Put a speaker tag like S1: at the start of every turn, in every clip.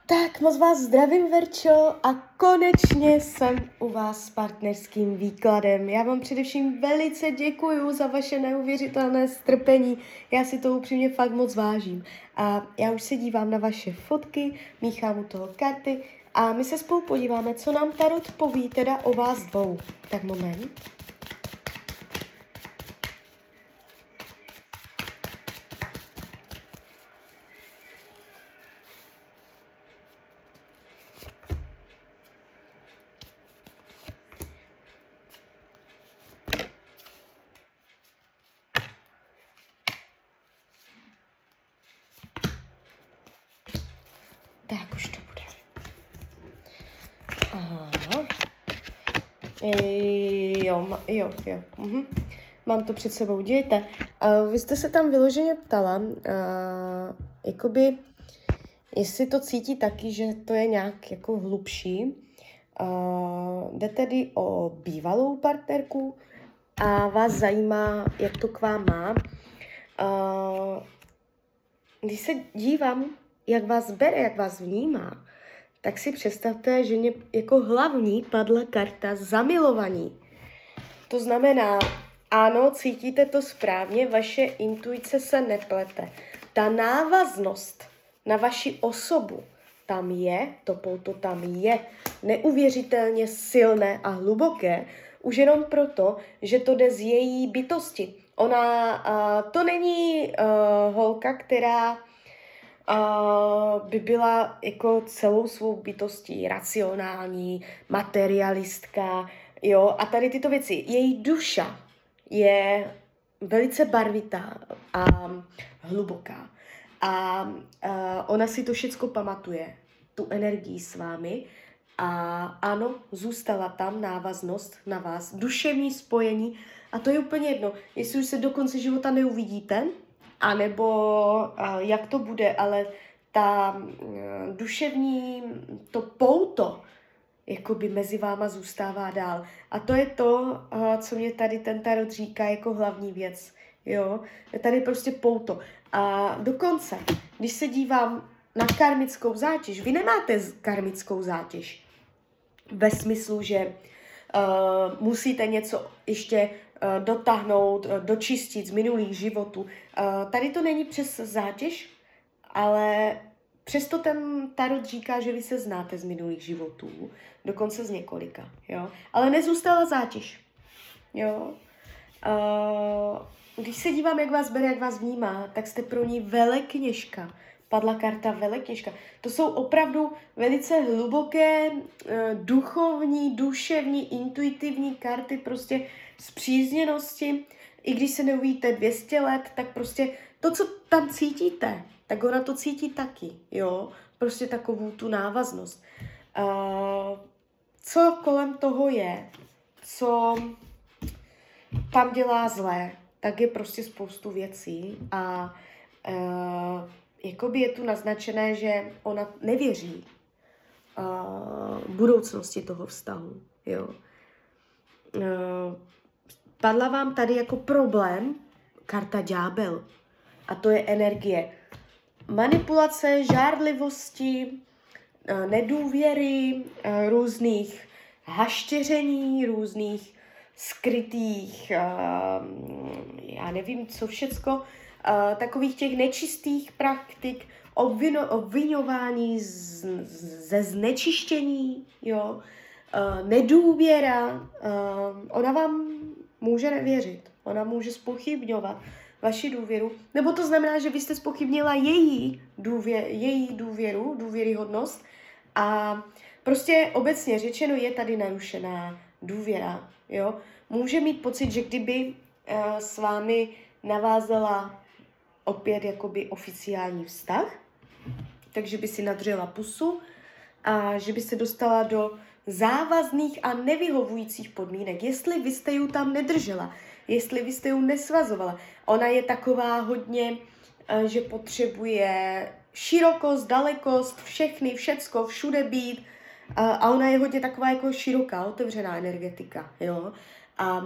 S1: Tak moc vás zdravím, Verčo, a konečně jsem u vás s partnerským výkladem. Já vám především velice děkuju za vaše neuvěřitelné strpení. Já si to upřímně fakt moc vážím. A já už se dívám na vaše fotky, míchám u toho karty a my se spolu podíváme, co nám Tarot poví teda o vás dvou. Tak moment. Tak už to bude. Aha. Jo. Mám to před sebou, dějte. Vy jste se tam vyloženě ptala, jakoby, jestli to cítí taky, že to je nějak jako hlubší. Jde tedy o bývalou partnerku a vás zajímá, jak to k vám má. Když se dívám, jak vás bere, jak vás vnímá, tak si představte, že mě jako hlavní padla karta zamilovaní. To znamená, ano, cítíte to správně, vaše intuice se neplete. Ta návaznost na vaši osobu tam je, to pouto tam je neuvěřitelně silné a hluboké, už jenom proto, že to jde z její bytosti. Ona, to není holka, která by byla jako celou svou bytostí racionální, materialistka, jo, a tady tyto věci. Její duša je velice barvitá a hluboká a ona si to všecko pamatuje, tu energii s vámi a ano, zůstala tam návaznost na vás, duševní spojení a to je úplně jedno, jestli už se do konce života neuvidíte, anebo jak to bude, ale ta duševní, to pouto, jakoby mezi váma zůstává dál. A to je to, co mě tady ten tarot říká jako hlavní věc. Jo? Je tady prostě pouto. A dokonce, když se dívám na karmickou zátěž, vy nemáte karmickou zátěž. Ve smyslu, že musíte něco ještě dotáhnout, dočistit z minulých životů. Tady to není přes zátěž, ale přesto ten tarot říká, že vy se znáte z minulých životů, dokonce z několika, jo. Ale nezůstala zátěž, jo. Když se dívám, jak vás bere, jak vás vnímá, tak jste pro ní velekněžka. Padla karta velekněžka. To jsou opravdu velice hluboké, duchovní, duševní, intuitivní karty, prostě spřízněnosti. I když se neuvidíte 200 let, tak prostě to, co tam cítíte, tak ona to cítí taky, jo. Prostě takovou tu návaznost. Co kolem toho je, co tam dělá zlé, tak je prostě spoustu věcí a jakoby je tu naznačené, že ona nevěří budoucnosti toho vztahu, jo. Padla vám tady jako problém karta ďábel a to je energie manipulace, žárlivosti, nedůvěry, různých hašteření, různých skrytých, já nevím co všecko, takových těch nečistých praktik, obviňování ze znečištění, jo, nedůvěra, ona vám může nevěřit, ona může zpochybňovat vaši důvěru, nebo to znamená, že vy jste zpochybnila její důvěru, důvěryhodnost a prostě obecně řečeno je tady narušená důvěra, jo. Může mít pocit, že kdyby s vámi navázala opět jakoby oficiální vztah, takže by si nadřela pusu a že by se dostala do závazných a nevyhovujících podmínek, jestli vy jste ju tam nedržela, jestli vy jste ju nesvazovala. Ona je taková hodně, že potřebuje širokost, dalekost, všechny, všecko, všude být a ona je hodně taková jako široká, otevřená energetika, jo. A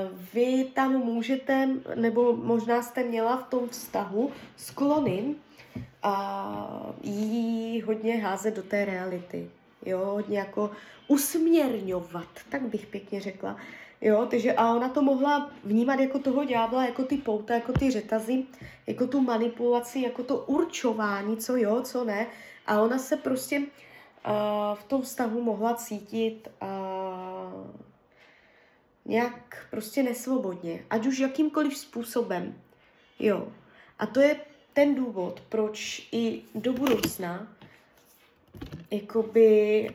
S1: vy tam můžete, nebo možná jste měla v tom vztahu sklony a jí hodně házet do té reality. Jo, hodně jako usměrňovat, tak bych pěkně řekla. Jo, takže a ona to mohla vnímat jako toho ďábla, jako ty pouta, jako ty řetazy, jako tu manipulaci, jako to určování, co jo, co ne. A ona se prostě v tom vztahu mohla cítit nějak prostě nesvobodně, ať už jakýmkoliv způsobem. Jo. A to je ten důvod, proč i do budoucna jakoby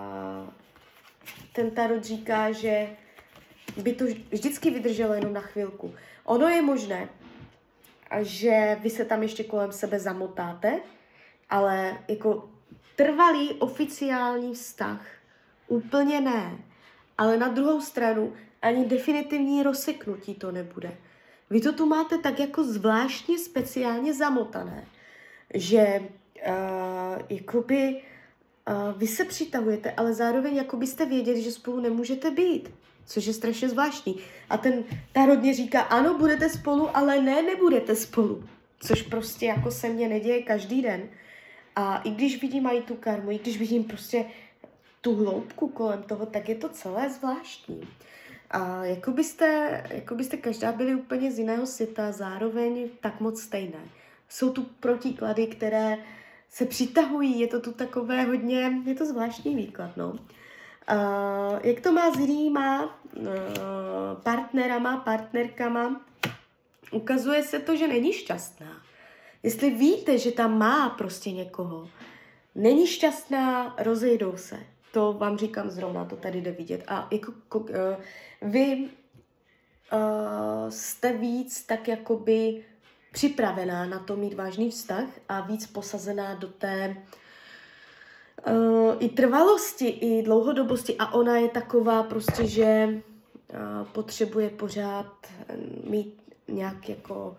S1: ten tarot říká, že by to vždycky vydrželo jenom na chvilku. Ono je možné, že vy se tam ještě kolem sebe zamotáte, ale jako trvalý oficiální vztah úplně ne. Ale na druhou stranu ani definitivní rozseknutí to nebude. Vy to tu máte tak jako zvláštně speciálně zamotané, že jakoby vy se přitahujete, ale zároveň jako byste věděli, že spolu nemůžete být, což je strašně zvláštní. A ten tarot říká, ano, budete spolu, ale ne, nebudete spolu, což prostě jako se mně neděje každý den. A i když vidím mají tu karmu, i když vidím prostě tu hloubku kolem toho, tak je to celé zvláštní. A jako byste každá byli úplně z jiného světa, zároveň tak moc stejné. Jsou tu protiklady, které se přitahují, je to tu takové hodně, je to zvláštní výklad, no. Jak to má s jinýma partnerama, partnerkama, ukazuje se to, že není šťastná. Jestli víte, že tam má prostě někoho, není šťastná, rozejdou se. To vám říkám zrovna, to tady jde vidět. A jako, vy jste víc tak jakoby připravená na to mít vážný vztah a víc posazená do té i trvalosti, i dlouhodobosti. A ona je taková prostě, že potřebuje pořád mít nějak jako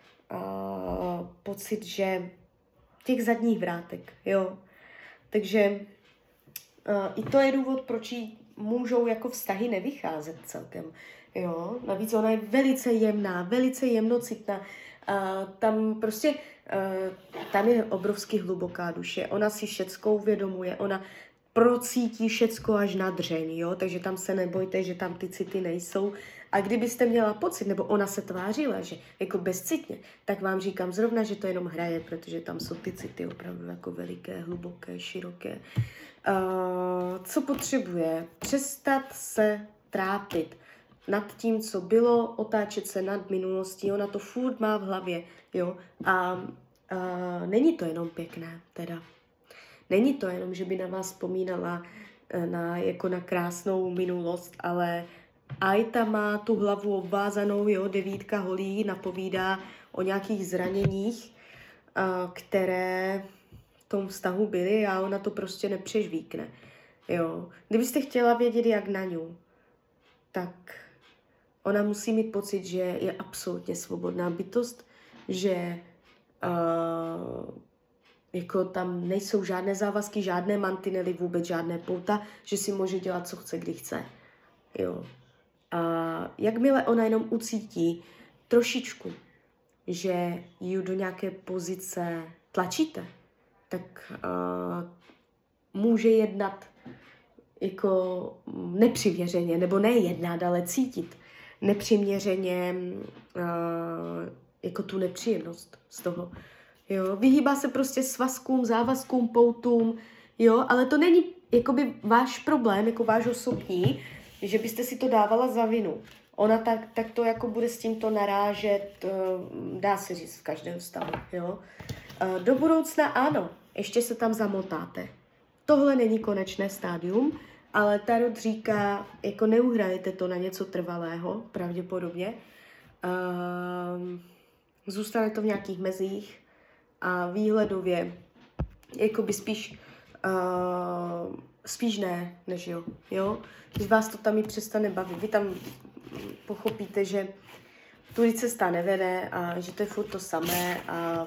S1: pocit, že těch zadních vrátek, jo. Takže i to je důvod, proč jí můžou jako vztahy nevycházet celkem, jo. Navíc ona je velice jemná, velice jemnocitná. Tam prostě, tam je obrovsky hluboká duše. Ona si všecko uvědomuje, ona procítí všecko až na dřeň, jo. Takže tam se nebojte, že tam ty city nejsou. A kdybyste měla pocit, nebo ona se tvářila, že jako bezcitně, tak vám říkám zrovna, že to jenom hraje, protože tam jsou ty city opravdu jako veliké, hluboké, široké. Co potřebuje? Přestat se trápit nad tím, co bylo, otáčet se nad minulostí, ona to furt má v hlavě, jo. A není to jenom pěkné, teda. Není to jenom, že by na vás vzpomínala jako na krásnou minulost, ale aj ta má tu hlavu obvázanou, jo, 9 holí napovídá o nějakých zraněních, které v tom vztahu byly a ona to prostě nepřežvíkne, jo. Kdybyste chtěla vědět, jak na ňu, tak ona musí mít pocit, že je absolutně svobodná bytost, že jako tam nejsou žádné závazky, žádné mantinely, vůbec žádné pouta, že si může dělat, co chce, kdy chce, jo. A jakmile ona jenom ucítí trošičku, že ji do nějaké pozice tlačíte, tak může jednat jako nepřiměřeně, nebo ne jednat, ale cítit nepřiměřeně jako tu nepříjemnost z toho. Jo, vyhýbá se prostě svazkům, závazkům, poutům, jo, ale to není jakoby váš problém, jako váš osobní, že byste si to dávala za vinu. Ona tak to jako bude s tímto narážet, dá se říct, v každém stavu, jo. Do budoucna ano, ještě se tam zamotáte. Tohle není konečné stádium, ale tarot říká, jako neuhrajete to na něco trvalého, pravděpodobně. Zůstane to v nějakých mezích a výhledově, jakoby spíš ne, než jo. Když vás to tam i přestane bavit, vy tam pochopíte, že tudy cesta nevede a že to je furt to samé a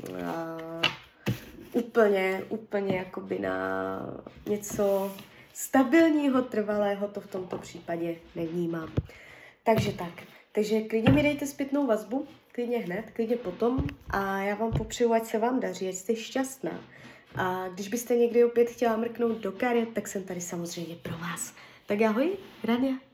S1: úplně jakoby na něco stabilního, trvalého to v tomto případě nevnímám. Takže tak. Takže klidně mi dejte zpětnou vazbu, klidně hned, klidně potom a já vám popřeju, ať se vám daří, ať jste šťastná. A když byste někdy opět chtěla mrknout do karet, tak jsem tady samozřejmě pro vás. Tak ahoj, Rania.